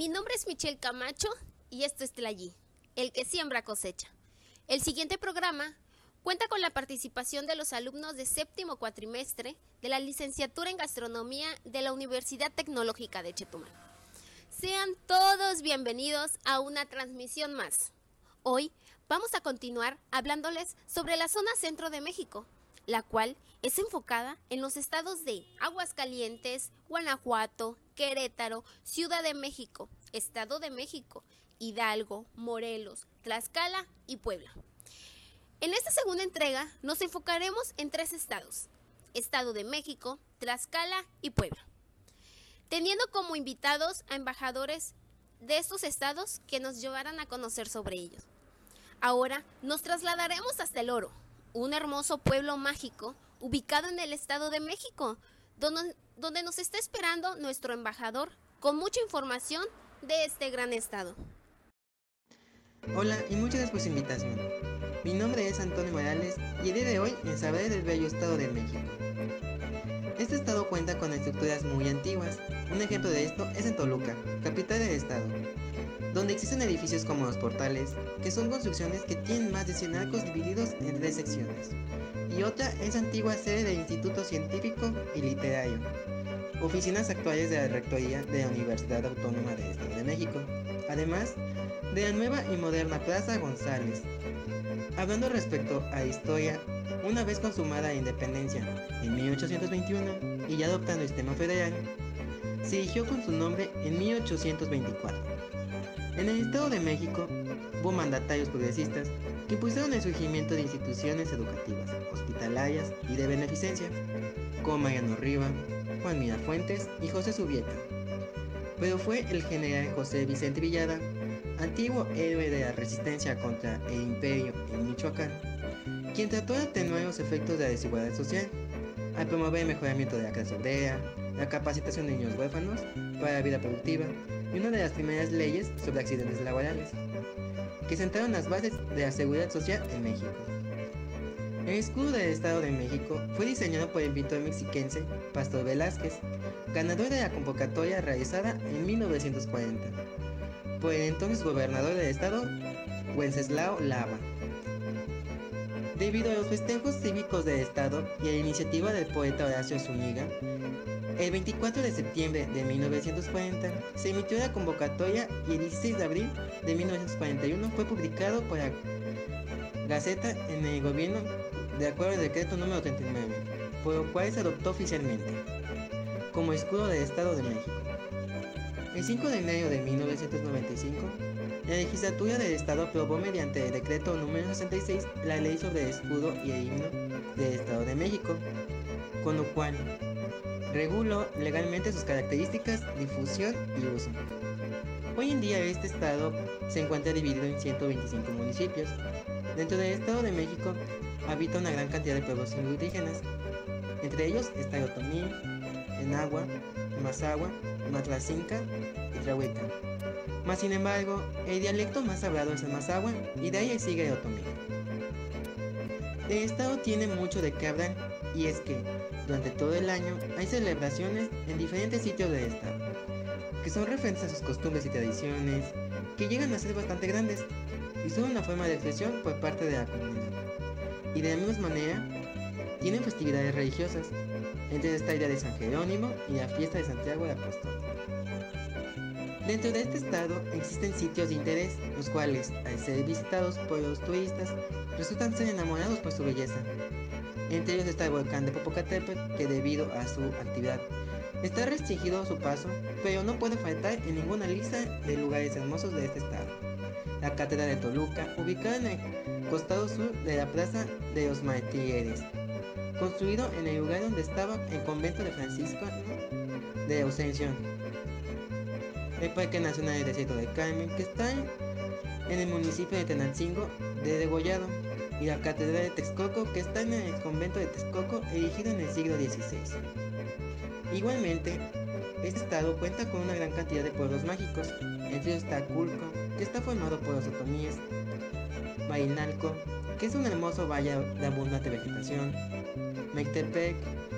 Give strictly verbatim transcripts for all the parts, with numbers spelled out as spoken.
Mi nombre es Michelle Camacho y esto es Tlayí, el que siembra cosecha. El siguiente programa cuenta con la participación de los alumnos de séptimo cuatrimestre de la licenciatura en gastronomía de la Universidad Tecnológica de Chetumal. Sean todos bienvenidos a una transmisión más. Hoy vamos a continuar hablándoles sobre la zona centro de México, la cual es enfocada en los estados de Aguascalientes, Guanajuato, Querétaro, Ciudad de México, Estado de México, Hidalgo, Morelos, Tlaxcala y Puebla. En esta segunda entrega nos enfocaremos en tres estados, Estado de México, Tlaxcala y Puebla, teniendo como invitados a embajadores de estos estados que nos llevarán a conocer sobre ellos. Ahora nos trasladaremos hasta El Oro, un hermoso pueblo mágico ubicado en el Estado de México, donde, donde nos está esperando nuestro embajador con mucha información de este gran estado. Hola y muchas gracias por su invitación. Mi nombre es Antonio Morales y el día de hoy les hablaré del bello Estado de México. Este estado cuenta con estructuras muy antiguas. Un ejemplo de esto es en Toluca, capital del estado, donde existen edificios como los portales, que son construcciones que tienen más de cien arcos divididos en tres secciones, y otra es la antigua sede del Instituto Científico y Literario, oficinas actuales de la Rectoría de la Universidad Autónoma del Estado de México, además de la nueva y moderna Plaza González. Hablando respecto a la historia, una vez consumada la independencia en mil ochocientos veintiuno y ya adoptando el sistema federal, se eligió con su nombre en mil ochocientos veinticuatro. En el Estado de México hubo mandatarios progresistas que impulsaron el surgimiento de instituciones educativas, hospitalarias y de beneficencia, como Mariano Riva, Juan Mirafuentes y José Subieta. Pero fue el general José Vicente Villada, antiguo héroe de la resistencia contra el imperio en Michoacán, quien trató de atenuar los efectos de la desigualdad social, al promover el mejoramiento de la clase obrera, la capacitación de niños huérfanos para la vida productiva y una de las primeras leyes sobre accidentes laborales, que sentaron las bases de la seguridad social en México. El escudo del Estado de México fue diseñado por el pintor mexiquense Pastor Velázquez, ganador de la convocatoria realizada en mil novecientos cuarenta, por el entonces gobernador del estado, Wenceslao Lava. Debido a los festejos cívicos del estado y a la iniciativa del poeta Horacio Zúñiga, el veinticuatro de septiembre de mil novecientos cuarenta se emitió la convocatoria y el dieciséis de abril de mil novecientos cuarenta y uno fue publicado por la Gaceta en el gobierno de acuerdo al decreto número treinta y nueve, por lo cual se adoptó oficialmente como escudo del Estado de México. El cinco de enero de mil novecientos noventa y cinco, la legislatura del Estado aprobó mediante el decreto número sesenta y seis la ley sobre el escudo y el himno del Estado de México, con lo cual reguló legalmente sus características, difusión y uso. Hoy en día este estado se encuentra dividido en ciento veinticinco municipios. Dentro del Estado de México habita una gran cantidad de pueblos indígenas. Entre ellos está el Otomí, Enagua, Mazahua, Matlacinca y Trahueca. Mas sin embargo, el dialecto más hablado es el Mazahua y de ahí sigue el Otomí. El estado tiene mucho de qué hablar, y es que durante todo el año hay celebraciones en diferentes sitios del estado, que son referentes a sus costumbres y tradiciones, que llegan a ser bastante grandes y son una forma de expresión por parte de la comunidad. Y de la misma manera, tienen festividades religiosas, entre esta idea de San Jerónimo y la fiesta de Santiago de Apóstol. Dentro de este estado existen sitios de interés, los cuales, al ser visitados por los turistas, resultan ser enamorados por su belleza. Entre ellos está el volcán de Popocatépetl, que debido a su actividad está restringido su paso, pero no puede faltar en ninguna lista de lugares hermosos de este estado. La Catedral de Toluca, ubicada en el costado sur de la Plaza de los Martínez, construido en el lugar donde estaba el convento de Francisco de la Ascensión. El Parque Nacional del Desierto del Carmen, que está en el municipio de Tenancingo de Degollado, y la Catedral de Texcoco, que está en el convento de Texcoco, erigido en el siglo dieciséis. Igualmente, este estado cuenta con una gran cantidad de pueblos mágicos. Entre ellos está Culco, que está formado por los otomíes, Marinalco, que es un hermoso valle de abundante vegetación, Mectepec,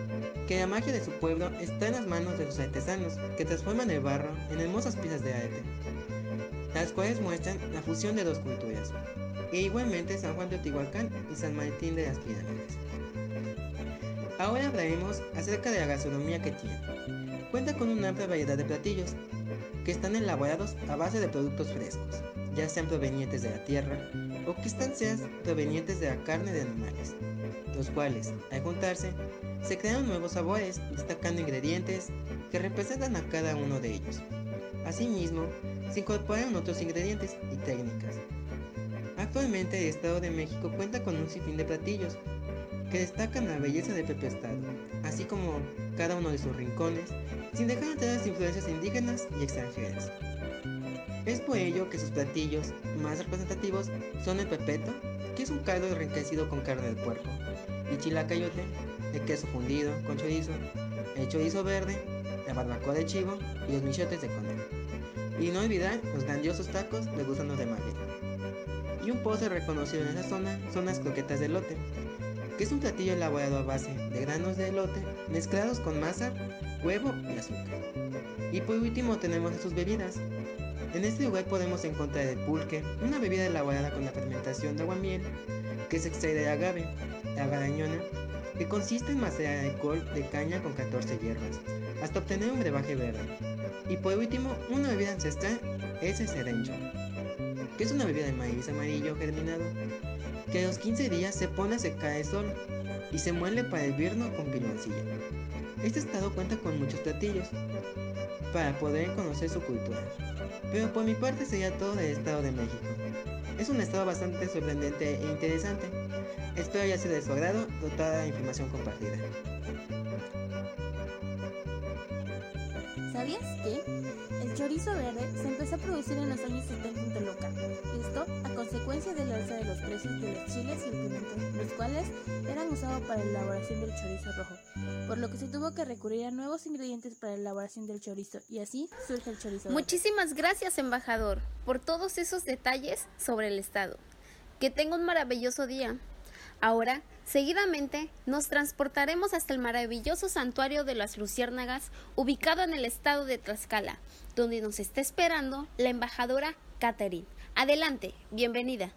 que la magia de su pueblo está en las manos de sus artesanos, que transforman el barro en hermosas piezas de arte, las cuales muestran la fusión de dos culturas, e igualmente San Juan de Teotihuacán y San Martín de las Pirámides. Ahora hablaremos acerca de la gastronomía que tiene. Cuenta con una amplia variedad de platillos, que están elaborados a base de productos frescos, ya sean provenientes de la tierra o que están sean provenientes de la carne de animales, los cuales, al juntarse, se crean nuevos sabores, destacando ingredientes que representan a cada uno de ellos. Asimismo, se incorporan otros ingredientes y técnicas. Actualmente el Estado de México cuenta con un sinfín de platillos que destacan la belleza del propio estado, así como cada uno de sus rincones, sin dejar atrás las influencias indígenas y extranjeras. Es por ello que sus platillos más representativos son el pepeto, que es un caldo enriquecido con carne de puerco, y chilacayote, el queso fundido con chorizo, el chorizo verde, la barbacoa de chivo y los michotes de conejo. Y no olvidar los grandiosos tacos de gusanos de maguey. Y un postre reconocido en esa zona son las croquetas de elote, que es un platillo elaborado a base de granos de elote mezclados con masa, huevo y azúcar. Y por último tenemos sus bebidas. En este lugar podemos encontrar el pulque, una bebida elaborada con la fermentación de aguamiel, que se extrae del agave, la garañona, que consiste en macerar alcohol de caña con catorce hierbas, hasta obtener un brebaje verde. Y por último, una bebida ancestral es el serencho, que es una bebida de maíz amarillo germinado, que a los quince días se pone a secar el sol y se muele para hervirlo con piloncillo. Este estado cuenta con muchos platillos para poder conocer su cultura, pero por mi parte sería todo del Estado de México. Es un estado bastante sorprendente e interesante. Espero haya sido de su agrado toda la información compartida. ¿Sabías que el chorizo verde se empezó a producir en los años setenta en Toluca? Esto a consecuencia del alza de los precios de los chiles y el pimentón, los cuales eran usados para la elaboración del chorizo rojo, por lo que se tuvo que recurrir a nuevos ingredientes para la elaboración del chorizo, y así surge el chorizo verde. Muchísimas gracias, embajador, por todos esos detalles sobre el estado. Que tenga un maravilloso día. Ahora, seguidamente, nos transportaremos hasta el maravilloso santuario de las Luciérnagas, ubicado en el estado de Tlaxcala, donde nos está esperando la embajadora Catherine. Adelante, bienvenida.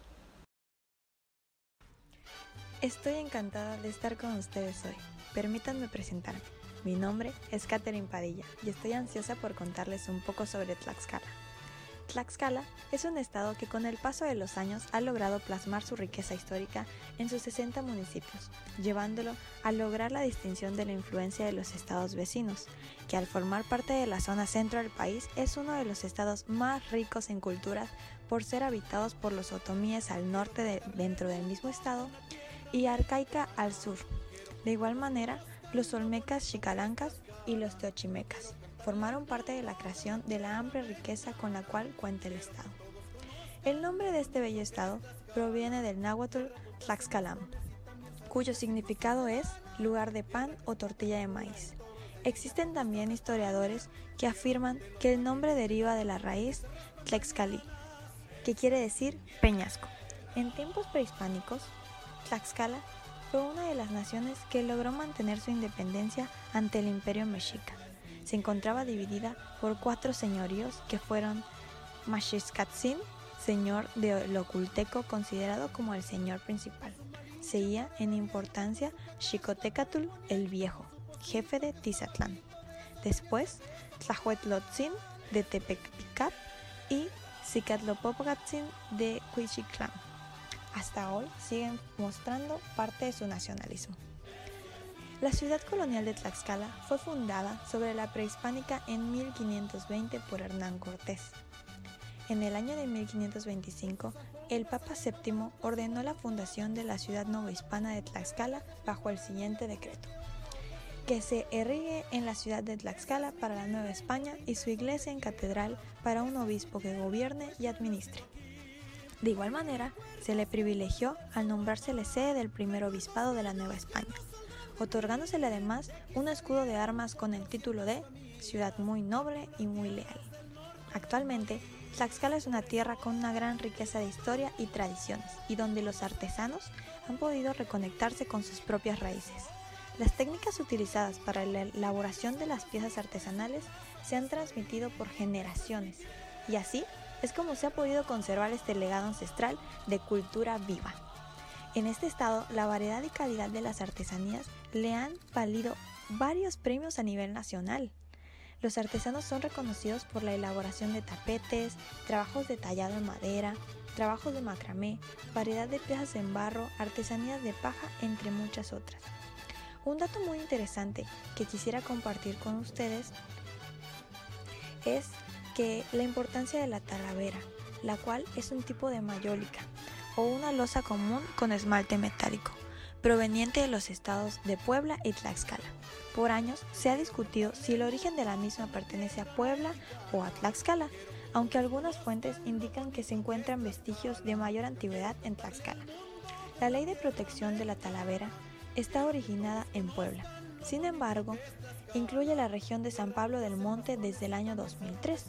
Estoy encantada de estar con ustedes hoy. Permítanme presentarme. Mi nombre es Catherine Padilla y estoy ansiosa por contarles un poco sobre Tlaxcala. Tlaxcala es un estado que con el paso de los años ha logrado plasmar su riqueza histórica en sus sesenta municipios, llevándolo a lograr la distinción de la influencia de los estados vecinos, que al formar parte de la zona centro del país es uno de los estados más ricos en culturas por ser habitados por los otomíes al norte de, dentro del mismo estado y arcaica al sur. De igual manera, los olmecas xicalancas y los teochimecas formaron parte de la creación de la amplia riqueza con la cual cuenta el estado. El nombre de este bello estado proviene del náhuatl Tlaxcalam, cuyo significado es lugar de pan o tortilla de maíz. Existen también historiadores que afirman que el nombre deriva de la raíz Tlaxcali, que quiere decir peñasco. En tiempos prehispánicos, Tlaxcala fue una de las naciones que logró mantener su independencia ante el Imperio Mexica. Se encontraba dividida por cuatro señoríos que fueron Maxixcatzin, señor de Loculteco, considerado como el señor principal. Seguía en importancia Xicotecatl el Viejo, jefe de Tizatlán. Después, Tlahuetlotzin de Tepecpicat y Cicatlopocatzin de Cuichiclán. Hasta hoy siguen mostrando parte de su nacionalismo. La ciudad colonial de Tlaxcala fue fundada sobre la prehispánica en mil quinientos veinte por Hernán Cortés. En el año de mil quinientos veinticinco, el Papa séptimo ordenó la fundación de la ciudad novohispana de Tlaxcala bajo el siguiente decreto: que se erige en la ciudad de Tlaxcala para la Nueva España y su iglesia en catedral para un obispo que gobierne y administre. De igual manera, se le privilegió al nombrársele sede del primer obispado de la Nueva España, otorgándosele además un escudo de armas con el título de ciudad muy noble y muy leal. Actualmente, Tlaxcala es una tierra con una gran riqueza de historia y tradiciones, y donde los artesanos han podido reconectarse con sus propias raíces. Las técnicas utilizadas para la elaboración de las piezas artesanales se han transmitido por generaciones, y así es como se ha podido conservar este legado ancestral de cultura viva. En este estado, la variedad y calidad de las artesanías le han valido varios premios a nivel nacional. Los artesanos son reconocidos por la elaboración de tapetes, trabajos de tallado en madera, trabajos de macramé, variedad de piezas en barro, artesanías de paja, entre muchas otras. Un dato muy interesante que quisiera compartir con ustedes es que la importancia de la talavera, la cual es un tipo de mayólica o una losa común con esmalte metálico, proveniente de los estados de Puebla y Tlaxcala. Por años se ha discutido si el origen de la misma pertenece a Puebla o a Tlaxcala, aunque algunas fuentes indican que se encuentran vestigios de mayor antigüedad en Tlaxcala. La ley de protección de la talavera está originada en Puebla. Sin embargo, incluye la región de San Pablo del Monte desde el año dos mil tres.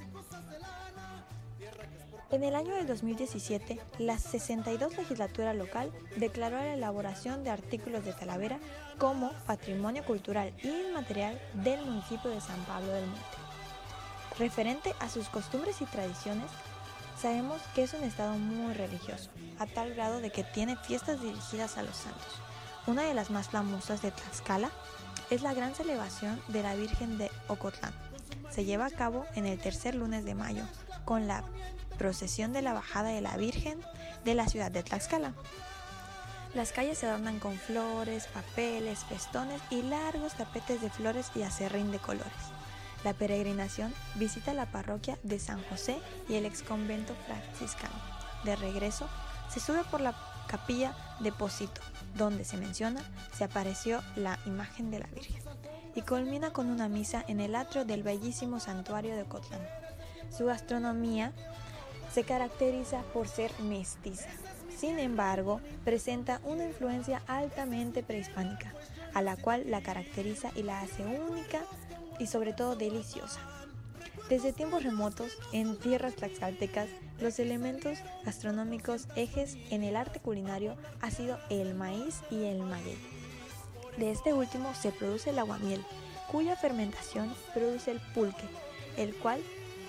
En el año del dos mil diecisiete, la sesenta y dos legislatura local declaró la elaboración de artículos de talavera como patrimonio cultural inmaterial del municipio de San Pablo del Monte. Referente a sus costumbres y tradiciones, sabemos que es un estado muy religioso, a tal grado de que tiene fiestas dirigidas a los santos. Una de las más famosas de Tlaxcala es la gran celebración de la Virgen de Ocotlán. Se lleva a cabo en el tercer lunes de mayo, con la procesión de la bajada de la Virgen de la ciudad de Tlaxcala. Las calles se adornan con flores, papeles, festones y largos tapetes de flores y acerrín de colores. La peregrinación visita la parroquia de San José y el exconvento franciscano. De regreso, se sube por la capilla de Pocito, donde se menciona se apareció la imagen de la Virgen, y culmina con una misa en el atrio del bellísimo santuario de Ocotlán. Su gastronomía se caracteriza por ser mestiza. Sin embargo, presenta una influencia altamente prehispánica, a la cual la caracteriza y la hace única y sobre todo deliciosa. Desde tiempos remotos, en tierras tlaxcaltecas, los elementos gastronómicos ejes en el arte culinario ha sido el maíz y el maguey. De este último se produce el aguamiel, cuya fermentación produce el pulque, el cual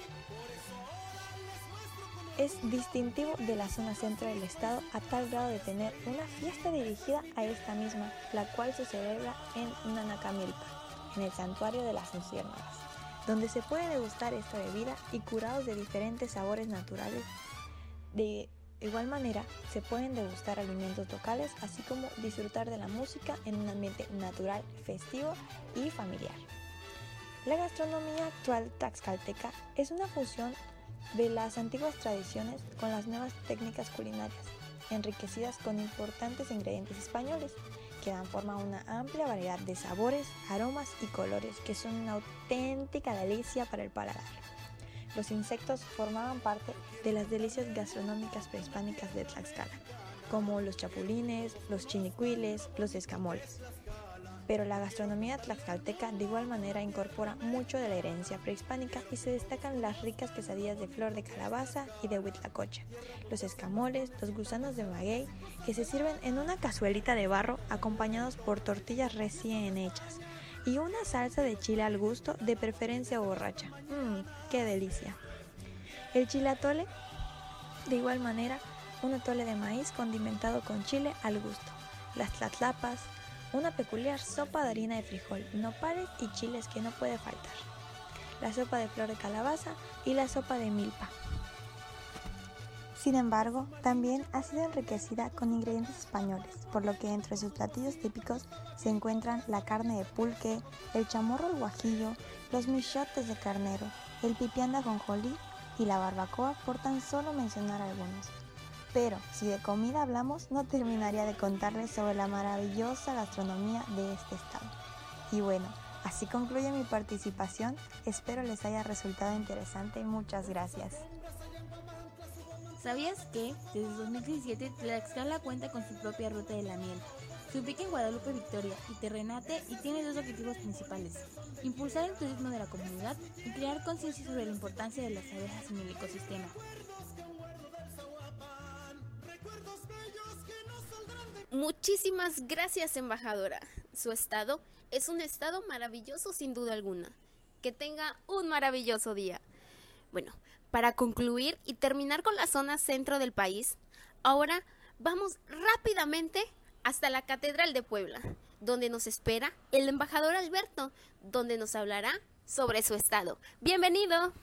es distintivo de la zona centro del estado, a tal grado de tener una fiesta dirigida a esta misma, la cual se celebra en Nanacamilpa, en el santuario de las luciérnagas, donde se puede degustar esta bebida y curados de diferentes sabores naturales. De igual manera, se pueden degustar alimentos locales, así como disfrutar de la música en un ambiente natural, festivo y familiar. La gastronomía actual tlaxcalteca es una fusión de las antiguas tradiciones con las nuevas técnicas culinarias, enriquecidas con importantes ingredientes españoles, que dan forma a una amplia variedad de sabores, aromas y colores que son una auténtica delicia para el paladar. Los insectos formaban parte de las delicias gastronómicas prehispánicas de Tlaxcala, como los chapulines, los chinicuiles, los escamoles. Pero la gastronomía tlaxcalteca de igual manera incorpora mucho de la herencia prehispánica y se destacan las ricas quesadillas de flor de calabaza y de huitlacoche, los escamoles, los gusanos de maguey, que se sirven en una cazuelita de barro acompañados por tortillas recién hechas y una salsa de chile al gusto, de preferencia borracha. ¡Mmm, qué delicia! El chile atole, de igual manera, un atole de maíz condimentado con chile al gusto, las tlatlapas, una peculiar sopa de harina de frijol, nopales y chiles que no puede faltar, la sopa de flor de calabaza y la sopa de milpa. Sin embargo, también ha sido enriquecida con ingredientes españoles, por lo que entre sus platillos típicos se encuentran la carne de pulque, el chamorro al guajillo, los michotes de carnero, el pipián de ajonjolí y la barbacoa, por tan solo mencionar algunos. Pero si de comida hablamos, no terminaría de contarles sobre la maravillosa gastronomía de este estado. Y bueno, así concluye mi participación. Espero les haya resultado interesante. Muchas gracias. ¿Sabías que desde dos mil diecisiete Tlaxcala cuenta con su propia ruta de la miel? Se ubica en Guadalupe Victoria y Terrenate y tiene dos objetivos principales: impulsar el turismo de la comunidad y crear conciencia sobre la importancia de las abejas en el ecosistema. Muchísimas gracias, embajadora. Su estado es un estado maravilloso sin duda alguna. Que tenga un maravilloso día. Bueno, para concluir y terminar con la zona centro del país, ahora vamos rápidamente hasta la Catedral de Puebla, donde nos espera el embajador Alberto, donde nos hablará sobre su estado. ¡Bienvenido!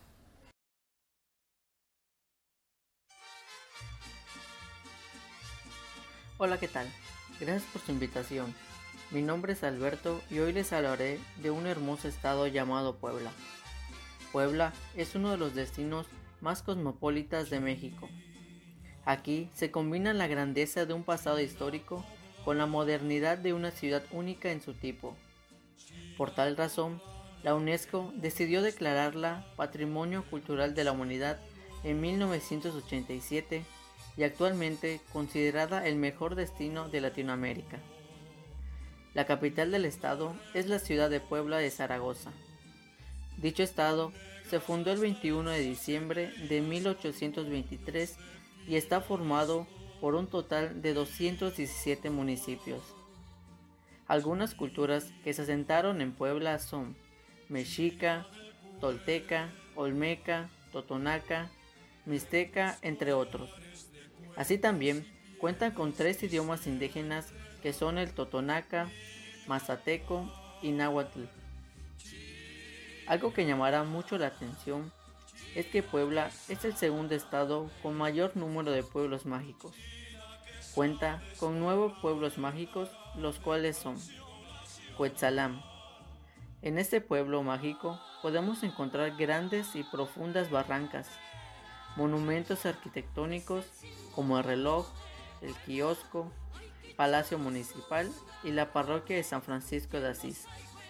Hola, ¿qué tal? Gracias por su invitación. Mi nombre es Alberto y hoy les hablaré de un hermoso estado llamado Puebla. Puebla es uno de los destinos más cosmopolitas de México. Aquí se combina la grandeza de un pasado histórico con la modernidad de una ciudad única en su tipo. Por tal razón, la UNESCO decidió declararla Patrimonio Cultural de la Humanidad en mil novecientos ochenta y siete y actualmente considerada el mejor destino de Latinoamérica. La capital del estado es la ciudad de Puebla de Zaragoza. Dicho estado se fundó el veintiuno de diciembre de mil ochocientos veintitrés y está formado por un total de doscientos diecisiete municipios. Algunas culturas que se asentaron en Puebla son mexica, tolteca, olmeca, totonaca, mixteca, entre otros. Así también cuentan con tres idiomas indígenas que son el totonaca, mazateco y náhuatl. Algo que llamará mucho la atención es que Puebla es el segundo estado con mayor número de pueblos mágicos. Cuenta con nueve pueblos mágicos, los cuales son Cuetzalam. En este pueblo mágico podemos encontrar grandes y profundas barrancas, monumentos arquitectónicos como el reloj, el kiosco, Palacio Municipal y la parroquia de San Francisco de Asís.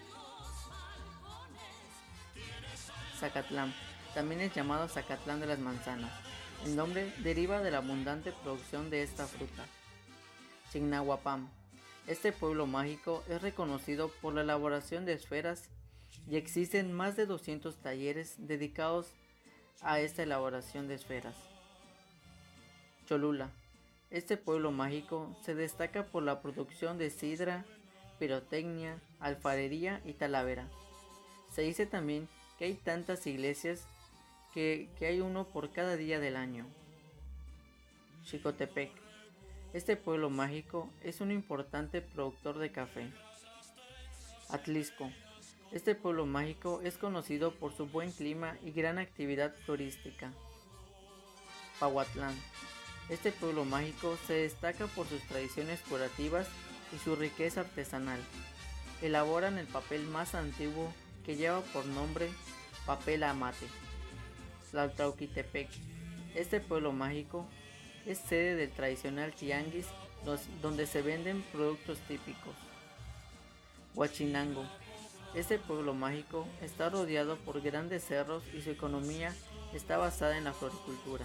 Zacatlán, también es llamado Zacatlán de las Manzanas. El nombre deriva de la abundante producción de esta fruta. Chignahuapam. Este pueblo mágico es reconocido por la elaboración de esferas y existen más de doscientos talleres dedicados a esta elaboración de esferas. Cholula. Este pueblo mágico se destaca por la producción de sidra, pirotecnia, alfarería y talavera. Se dice también que hay tantas iglesias que, que hay uno por cada día del año. Xicotepec. Este pueblo mágico es un importante productor de café. Atlisco. Este pueblo mágico es conocido por su buen clima y gran actividad turística. Pahuatlán. Este pueblo mágico se destaca por sus tradiciones curativas y su riqueza artesanal. Elaboran el papel más antiguo que lleva por nombre papel amate. Tlaltauquitepec. Este pueblo mágico es sede del tradicional tianguis donde se venden productos típicos. Huachinango. Este pueblo mágico está rodeado por grandes cerros y su economía está basada en la floricultura.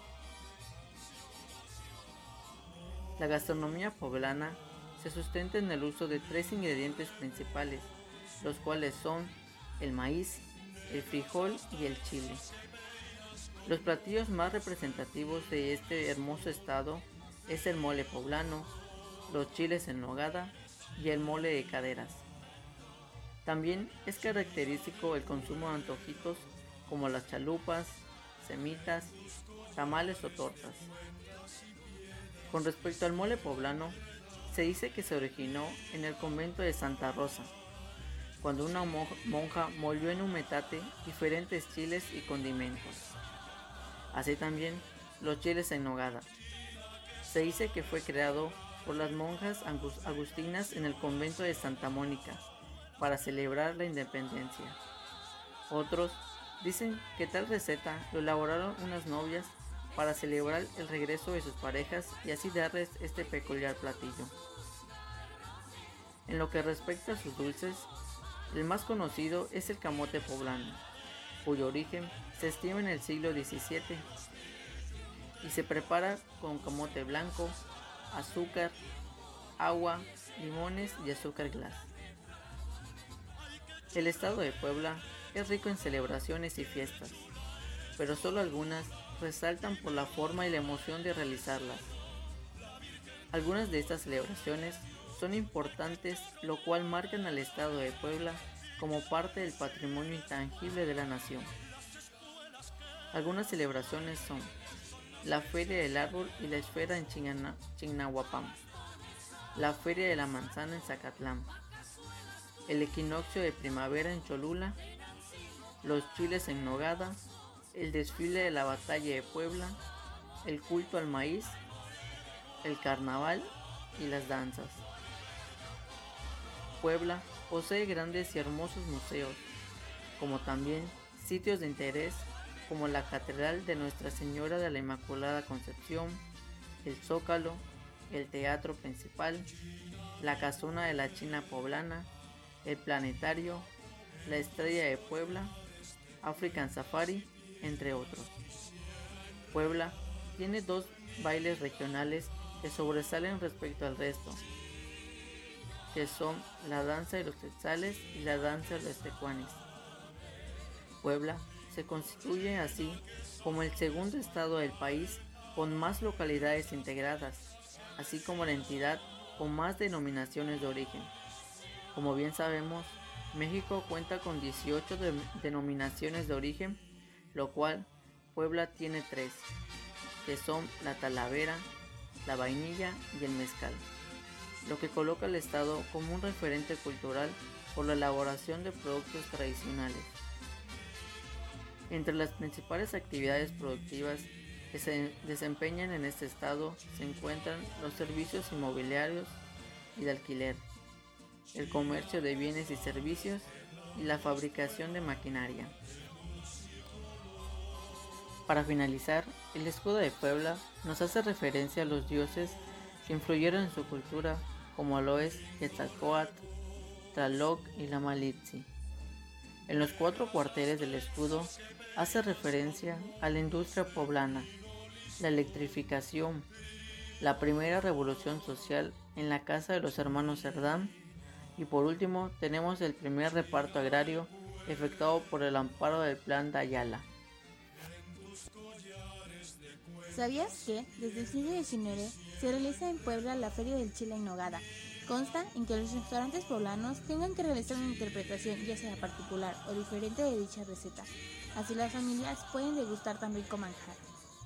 La gastronomía poblana se sustenta en el uso de tres ingredientes principales, los cuales son el maíz, el frijol y el chile. Los platillos más representativos de este hermoso estado es el mole poblano, los chiles en nogada y el mole de caderas. También es característico el consumo de antojitos como las chalupas, semitas, tamales o tortas. Con respecto al mole poblano, se dice que se originó en el convento de Santa Rosa, cuando una monja molió en un metate diferentes chiles y condimentos. Así también los chiles en nogada. Se dice que fue creado por las monjas agustinas en el convento de Santa Mónica para celebrar la independencia. Otros dicen que tal receta lo elaboraron unas novias para celebrar el regreso de sus parejas y así darles este peculiar platillo. En lo que respecta a sus dulces, el más conocido es el camote poblano, cuyo origen se estima en el siglo diecisiete y se prepara con camote blanco, azúcar, agua, limones y azúcar glass. El estado de Puebla es rico en celebraciones y fiestas, pero solo algunas resaltan por la forma y la emoción de realizarlas. Algunas de estas celebraciones son importantes, lo cual marcan al estado de Puebla como parte del patrimonio intangible de la nación. Algunas celebraciones son la Feria del Árbol y la Esfera en Chingana- Chignahuapam, la Feria de la Manzana en Zacatlán, el Equinoccio de Primavera en Cholula, los chiles en nogada, el desfile de la Batalla de Puebla, el culto al maíz, el carnaval y las danzas. Puebla posee grandes y hermosos museos, como también sitios de interés como la Catedral de Nuestra Señora de la Inmaculada Concepción, el Zócalo, el Teatro Principal, la Casona de la China Poblana, el Planetario, la Estrella de Puebla, African Safari, entre otros. Puebla tiene dos bailes regionales que sobresalen respecto al resto, que son la danza de los quetzales y la danza de los tecuanes. Puebla se constituye así como el segundo estado del país con más localidades integradas, así como la entidad con más denominaciones de origen. Como bien sabemos, México cuenta con dieciocho de- denominaciones de origen, lo cual Puebla tiene tres, que son la talavera, la vainilla y el mezcal, lo que coloca al estado como un referente cultural por la elaboración de productos tradicionales. Entre las principales actividades productivas que se desempeñan en este estado se encuentran los servicios inmobiliarios y de alquiler, el comercio de bienes y servicios y la fabricación de maquinaria. Para finalizar, el escudo de Puebla nos hace referencia a los dioses que influyeron en su cultura, como lo es Quetzalcóatl, Tlaloc y la Malitzi. En los cuatro cuarteles del escudo hace referencia a la industria poblana, la electrificación, la primera revolución social en la casa de los hermanos Cerdán y por último tenemos el primer reparto agrario efectuado por el amparo del Plan de Ayala. ¿Sabías que desde el siglo diecinueve se realiza en Puebla la Feria del Chile en nogada? Consta en que los restaurantes poblanos tengan que realizar una interpretación ya sea particular o diferente de dicha receta. Así las familias pueden degustar tan rico manjar.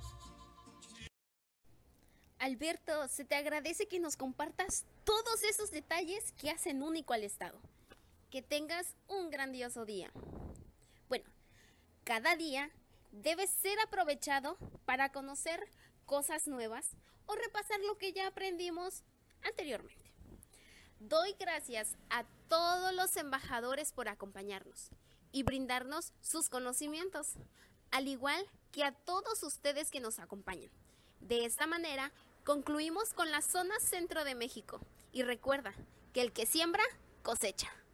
Alberto, se te agradece que nos compartas todos esos detalles que hacen único al estado. Que tengas un grandioso día. Bueno, cada día debe ser aprovechado para conocer cosas nuevas o repasar lo que ya aprendimos anteriormente. Doy gracias a todos los embajadores por acompañarnos y brindarnos sus conocimientos, al igual que a todos ustedes que nos acompañan. De esta manera, concluimos con la zona centro de México. Y recuerda que el que siembra, cosecha.